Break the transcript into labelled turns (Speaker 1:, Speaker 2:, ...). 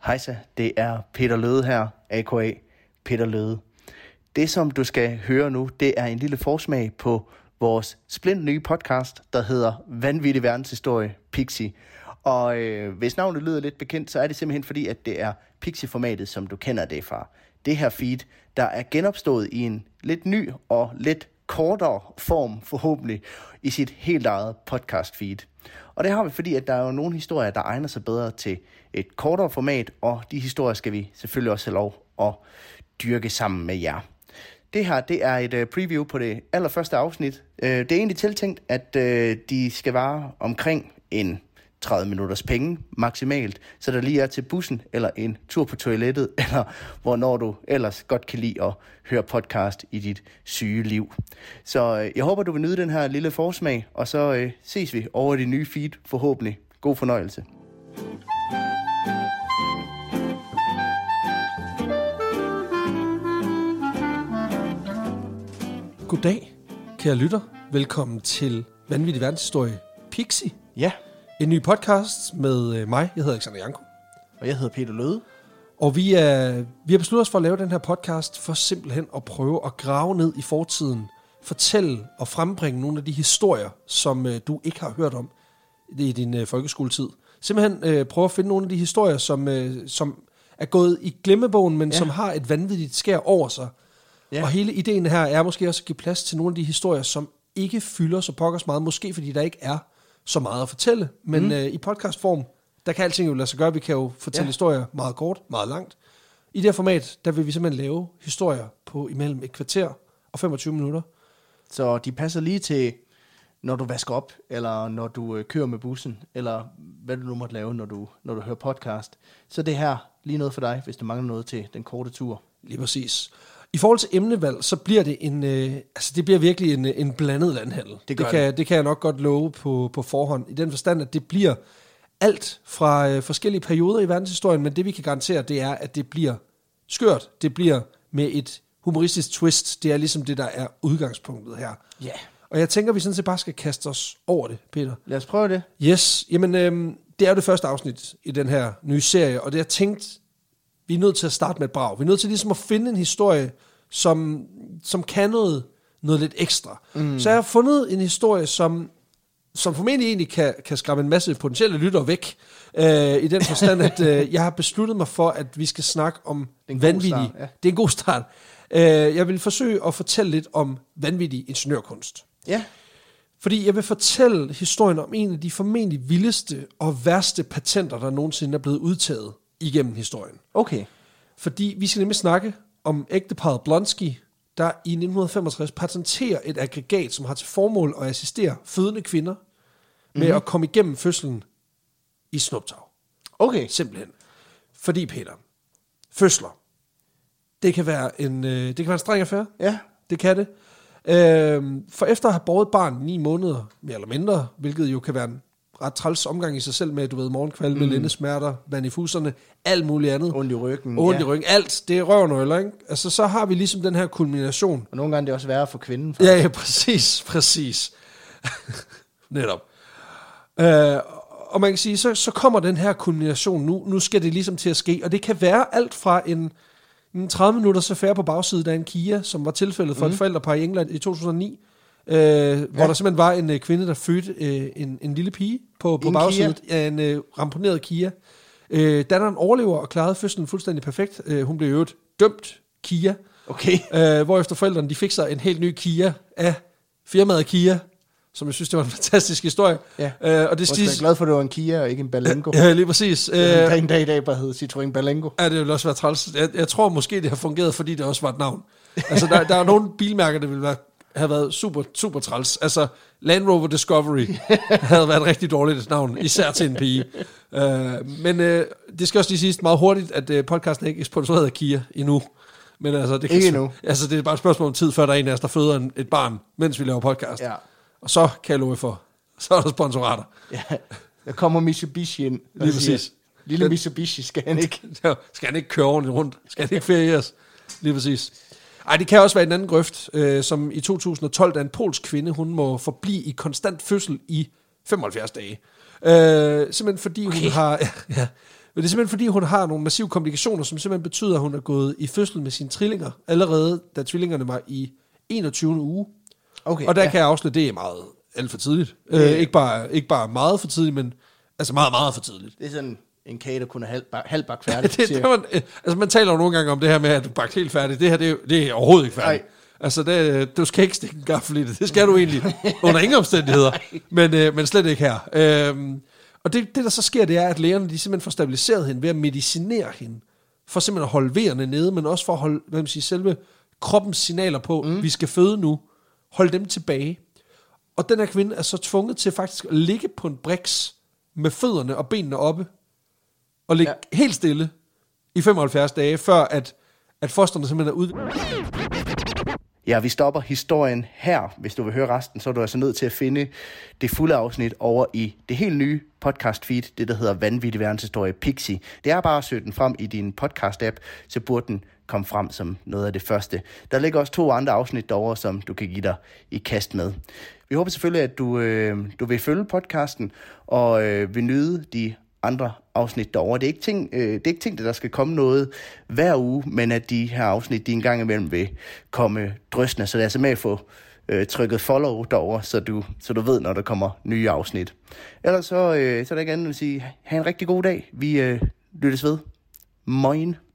Speaker 1: Hejsa, det er Peter Løde her, a.k.a. Peter Løde. Det, som du skal høre nu, det er en lille forsmag på vores splint nye podcast, der hedder Vanvittig Verdenshistorie Pixie. Og hvis navnet lyder lidt bekendt, så er det simpelthen fordi, at det er Pixie-formatet, som du kender det fra. Det her feed, der er genopstået i en lidt ny og lidt kortere form, forhåbentlig, i sit helt eget podcast feed. Og det har vi, fordi at der er jo nogle historier, der egner sig bedre til et kortere format, og de historier skal vi selvfølgelig også have lov at dyrke sammen med jer. Det her, det er et preview på det allerførste afsnit. Det er egentlig tiltænkt, at de skal vare omkring en 30 minutters penge maksimalt, så der lige er til bussen, eller en tur på toilettet, eller hvornår du ellers godt kan lide at høre podcast i dit syge liv. Så jeg håber, du vil nyde den her lille forsmag, og så ses vi over det nye feed forhåbentlig. God fornøjelse.
Speaker 2: Goddag, kære lytter. Velkommen til Vanvittig Verdenshistorie Pixie.
Speaker 1: Ja.
Speaker 2: En ny podcast med mig. Jeg hedder Alexander Janko.
Speaker 1: Og jeg hedder Peter Løde.
Speaker 2: Og vi har besluttet os for at lave den her podcast for simpelthen at prøve at grave ned i fortiden. Fortælle og frembringe nogle af de historier, som du ikke har hørt om i din folkeskoletid. Simpelthen prøve at finde nogle af de historier, som er gået i glemmebogen, men som har et vanvittigt skær over sig. Ja. Og hele ideen her er måske også at give plads til nogle af de historier, som ikke fylder så pokkers meget. Måske fordi der ikke er så meget at fortælle. Men i podcastform, der kan alting jo lade sig gøre. Vi kan jo fortælle historier meget kort, meget langt. I det her format, der vil vi simpelthen lave historier på imellem et kvarter og 25 minutter.
Speaker 1: Så de passer lige til, når du vasker op, eller når du kører med bussen, eller hvad du nu måtte lave, når du hører podcast. Så det her lige noget for dig, hvis du mangler noget til den korte tur.
Speaker 2: Lige præcis. I forhold til emnevalg, så bliver det det bliver virkelig en blandet landhandel. Det kan jeg nok godt love på forhånd. I den forstand, at det bliver alt fra forskellige perioder i verdenshistorien, men det vi kan garantere, det er, at det bliver skørt. Det bliver med et humoristisk twist. Det er ligesom det, der er udgangspunktet her.
Speaker 1: Ja. Yeah.
Speaker 2: Og jeg tænker, vi sådan set bare skal kaste os over det, Peter.
Speaker 1: Lad os prøve det.
Speaker 2: Yes. Jamen, det er jo det første afsnit i den her nye serie, og det jeg tænkt, vi er nødt til at starte med et brag. Vi er nødt til ligesom at finde en historie, som kan noget lidt ekstra. Så jeg har fundet en historie, som formentlig egentlig kan skræmme en masse potentielle lyttere væk. I den forstand, at jeg har besluttet mig for, at vi skal snakke om vanvittig. Ja. Det er en god start. Jeg vil forsøge at fortælle lidt om vanvittig ingeniørkunst. Ja. Fordi jeg vil fortælle historien om en af de formentlig vildeste og værste patenter, der nogensinde er blevet udtaget igennem historien.
Speaker 1: Okay.
Speaker 2: Fordi vi skal nemlig snakke om ægteparret Blonsky, der i 1965 patenterer et aggregat, som har til formål at assistere fødende kvinder med at komme igennem fødslen i snuptag.
Speaker 1: Okay.
Speaker 2: Simpelthen. Fordi, Peter, fødsler, det kan være en streng affære. Ja. Det kan det. For efter at have båret barn 9 måneder, mere eller mindre, hvilket jo kan være en ret træls omgang i sig selv med, du ved, morgenkvalme, lændesmerter, vand i fusserne, alt muligt andet.
Speaker 1: Ondt i ryggen.
Speaker 2: I ryggen, alt. Det er røvnøgler, ikke? Altså, så har vi ligesom den her kulmination.
Speaker 1: Og nogle gange det er også værre for kvinden. Faktisk.
Speaker 2: Ja, præcis. Netop. Og man kan sige, så kommer den her kulmination. Nu skal det ligesom til at ske, og det kan være alt fra en 30 minutters affære på bagsiden af en Kia, som var tilfældet for et forældrepar i England i 2009, hvor der simpelthen var en kvinde, der fødte en lille pige på bagsiden af en ramponeret Kia. Datteren overlever og klarede fødslen fuldstændig perfekt. Hun blev jo dømt Kia.
Speaker 1: Okay.
Speaker 2: Hvorefter forældrene de fik sig en helt ny Kia af firmaet Kia, som jeg synes, det var en fantastisk historie.
Speaker 1: Ja. Og det jeg er glad for, at det var en Kia og ikke en Berlingo.
Speaker 2: Ja, lige præcis.
Speaker 1: En dag i dag bare hed Citroën Berlingo.
Speaker 2: Ja, det ville også være træls. Jeg tror måske, det har fungeret, fordi det også var et navn. Altså, der er nogle bilmærker, der ville have været super, super træls. Altså, Land Rover Discovery havde været et rigtig dårligt navn, især til en pige. Men det skal også lige siges meget hurtigt, at podcasten er ikke sponsoreret af Kia endnu. Men altså, det kan
Speaker 1: ikke endnu.
Speaker 2: Altså, det er bare et spørgsmål om tid, før der er en af os, der føder et barn, mens vi laver podcast. Ja. Og så kan jeg love for, så er der sponsorater.
Speaker 1: Ja, der kommer Mitsubishi ind.
Speaker 2: Lige præcis.
Speaker 1: Lille Mitsubishi, skal han ikke
Speaker 2: køre ordentligt rundt? Skal han ikke ferieres? Lige præcis. Ej, det kan også være en anden grøft, som i 2012, da en polsk kvinde, hun må forblive i konstant fødsel i 75 dage. Simpelthen fordi hun har... Ja, det er simpelthen fordi, hun har nogle massive komplikationer, som simpelthen betyder, at hun er gået i fødsel med sine trillinger, allerede da tvillingerne var i 21. uge.
Speaker 1: Okay,
Speaker 2: og der kan jeg afsløre, det er meget alt for tidligt. Ikke bare meget for tidligt, men altså meget, meget for tidligt.
Speaker 1: Det er sådan en kage, der kun er halvbagt færdig.
Speaker 2: Man taler jo nogle gange om det her med, at du bagt helt færdigt. Det her, det er overhovedet ikke færdigt. Altså, du skal ikke stikke en gaffel i det. Det skal du egentlig under ingen omstændigheder. Men slet ikke her. Og det, der så sker, det er, at lægerne de simpelthen får stabiliseret hende ved at medicinere hende. For simpelthen at holde vejerne nede, men også for at holde selve kroppens signaler på, vi skal føde nu. Holde dem tilbage. Og den her kvinde er så tvunget til faktisk at ligge på en briks med fødderne og benene oppe. Og ligge helt stille i 75 dage, før at fosterne simpelthen er ude.
Speaker 1: Ja, vi stopper historien her. Hvis du vil høre resten, så er du altså nødt til at finde det fulde afsnit over i det helt nye podcast feed, det der hedder Vanvittig Verdenshistorie Pixie. Det er bare at søge den frem i din podcast-app, så burde den komme frem som noget af det første. Der ligger også 2 andre afsnit derovre, som du kan give dig i kast med. Vi håber selvfølgelig, at du vil følge podcasten og vil nyde de andre afsnit derovre. Det er ikke ting, der skal komme noget hver uge, men at de her afsnit, de en gang imellem vil komme drøsende. Så det er altså med at få trykket follow derovre, så du ved, når der kommer nye afsnit. Ellers så er der ikke andet at sige, have en rigtig god dag. Vi lyttes ved. Moin.